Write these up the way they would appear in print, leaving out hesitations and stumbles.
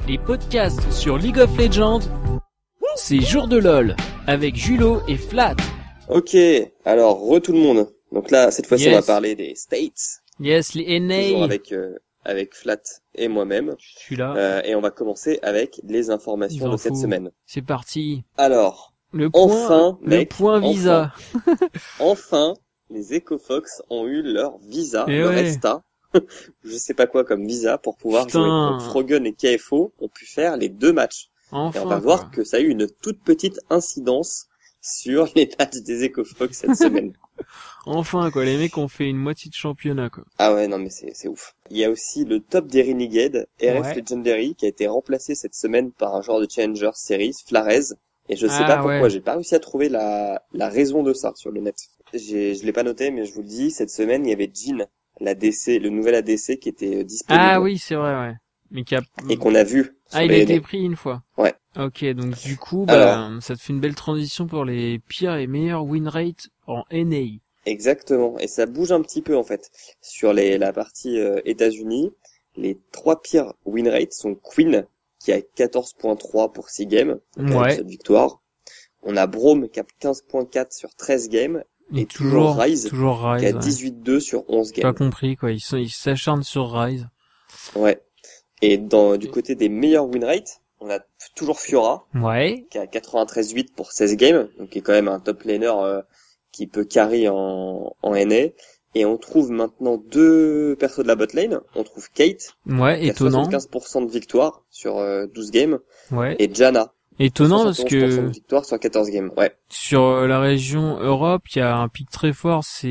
les podcasts sur League of Legends, c'est Jour de LOL, avec Julo et Flat. Ok, alors, tout le monde. Donc là, cette fois-ci, on va parler des States. Yes, les NA. Toujours avec Flat et moi-même. Je suis là. Et on va commencer avec les informations de cette semaine. C'est parti. Alors, le point visa. Enfin, les EcoFox ont eu leur visa, leur ESTA. Je sais pas quoi comme visa pour pouvoir jouer. Donc Froggen et KFO ont pu faire les 2 matchs. Enfin, et on va voir que ça a eu une toute petite incidence sur les matchs des EcoFox cette semaine. Enfin, quoi, les mecs ont fait une moitié de championnat, quoi. Ah ouais, non mais c'est ouf. Il y a aussi le top des Renegades, RF Legendary, qui a été remplacé cette semaine par un joueur de Challenger Series, Flarez. Et je sais pas pourquoi, j'ai pas réussi à trouver la raison de ça sur le net. Je l'ai pas noté, mais je vous le dis, cette semaine, il y avait Jhin, l'ADC, le nouvel ADC qui était disponible. Ah oui, c'est vrai, ouais. Mais et qu'on a vu. Ah, il a été pris une fois. Ouais. Ok, donc du coup, ça te fait une belle transition pour les pires et meilleurs win rates en NA. Exactement, et ça bouge un petit peu en fait. Sur la partie États-Unis, les 3 pires win rates sont Queen, qui a 14.3 pour 6 games, avec cette victoire. On a Braum qui a 15.4 sur 13 games, et toujours Ryze, qui a 18.2 sur 11 games. Pas compris, quoi, ils s'acharnent sur Ryze. Ouais. Et du côté des meilleurs win rates, on a toujours Fiora, qui a 93.8 pour 16 games, donc qui est quand même un top laner qui peut carry en NA. Et on trouve maintenant 2 persos de la bot lane. On trouve Kate, qui étonnant. a 75% de victoire sur 12 games, et Janna. Étonnant parce que de victoire sur 14 games. Ouais. Sur la région Europe, il y a un pic très fort, c'est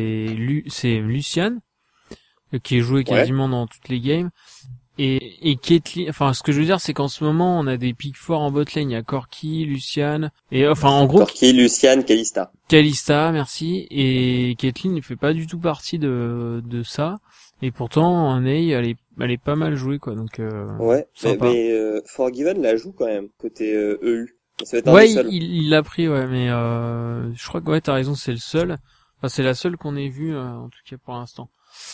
Lucian, qui est joué quasiment dans toutes les games. Et Caitlyn, enfin, ce que je veux dire, c'est qu'en ce moment, on a des pics forts en bot lane. Il y a Corki, Lucian, et enfin, en gros. Corki, Lucian, Kalista. Kalista, merci. Et Caitlyn ne fait pas du tout partie de ça. Et pourtant, en A, elle est pas mal jouée, quoi. Donc, mais Forgiven la joue quand même, côté EU. Ça va être un des seuls. Il l'a pris, mais je crois que t'as raison, c'est le seul. Enfin, c'est la seule qu'on ait vue, en tout cas pour l'instant.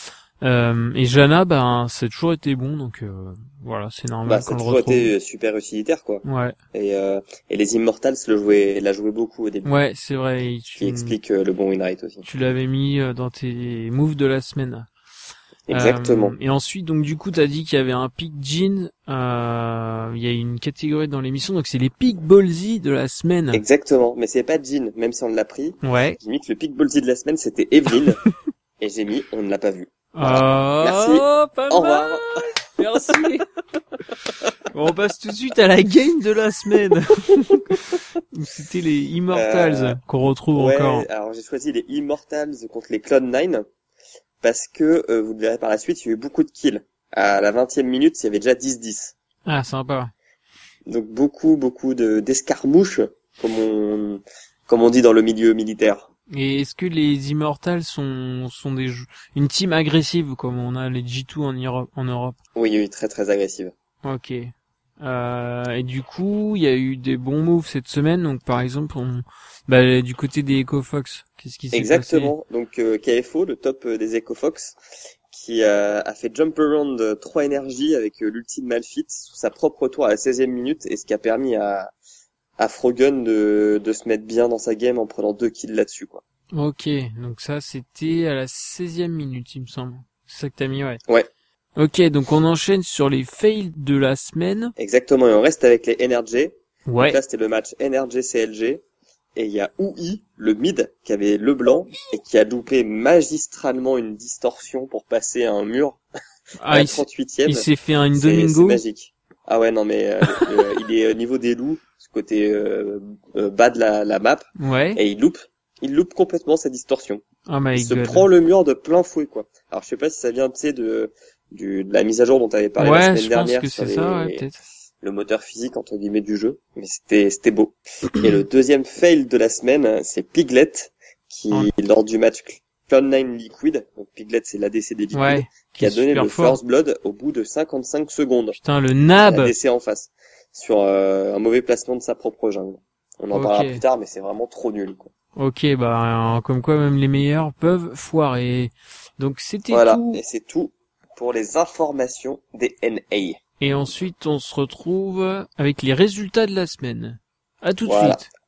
Et Janna, ça a toujours été bon, donc voilà, c'est normal qu'on le retrouve. Ça a toujours été super utilitaire, quoi. Ouais. Et les Immortals l'a joué beaucoup au début. Ouais, c'est vrai. Qui explique le bon win rate aussi. Tu l'avais mis dans tes moves de la semaine. Exactement. Et ensuite, donc du coup, t'as dit qu'il y avait un pick Jhin. Il y a une catégorie dans l'émission, donc c'est les pick ballsy de la semaine. Exactement, mais c'est pas Jhin, même si on l'a pris. Ouais. J'ai mis que le pick ballsy de la semaine c'était Evelyn, et j'ai mis on ne l'a pas vu. Voilà. Merci. Pas au revoir. Merci. On passe tout de suite à la game de la semaine. C'était les Immortals qu'on retrouve encore. Alors j'ai choisi les Immortals contre les Cloud9 parce que vous le verrez par la suite, il y a eu beaucoup de kills. À la 20e minute, il y avait déjà 10-10. Ah, sympa. Donc beaucoup d'escarmouches comme on dit dans le milieu militaire. Et est-ce que les Immortals sont une team agressive comme on a les G2 en Europe? Oui, très très agressive. Ok. Et du coup, il y a eu des bons moves cette semaine. Donc par exemple, du côté des EcoFox, qu'est-ce qui s'est passé? Exactement. Donc KFO, le top des EcoFox, qui a fait jump around 3 énergies avec l'ultime Malphite sous sa propre tour à la 16e minute, et ce qui a permis à Froggen de se mettre bien dans sa game en prenant 2 kills là-dessus, quoi. Ok, donc ça c'était à la 16e minute, il me semble. C'est ça que t'as mis, ouais. Ouais. Ok, donc on enchaîne sur les fails de la semaine. Exactement, et on reste avec les NRG. Ouais. Donc là c'était le match NRG-CLG, et il y a Oui, le mid, qui avait le blanc, et qui a loupé magistralement une distorsion pour passer un mur à la 38e. Il s'est fait une Domingo. C'est magique. Ah ouais, non mais il est au niveau des loups, côté bas de la map, et il loupe complètement sa distorsion. Oh my il se God. prend le mur de plein fouet, quoi. Alors je sais pas si ça vient, tu sais, de la mise à jour dont tu avais parlé la semaine dernière sur le moteur physique entre guillemets du jeu, mais c'était beau. Et le deuxième fail de la semaine, c'est Piglet, qui lors du match Cloud9 Liquid, donc Piglet c'est l'ADC des Liquid, qui a donné le first blood au bout de 55 secondes. Putain, le nab. L'ADC en face. Sur un mauvais placement de sa propre jungle. On en parlera plus tard, mais c'est vraiment trop nul, quoi. Ok, comme quoi même les meilleurs peuvent foirer. Donc c'était tout. Voilà, et c'est tout pour les informations des NA. Et ensuite, on se retrouve avec les résultats de la semaine. À tout de suite.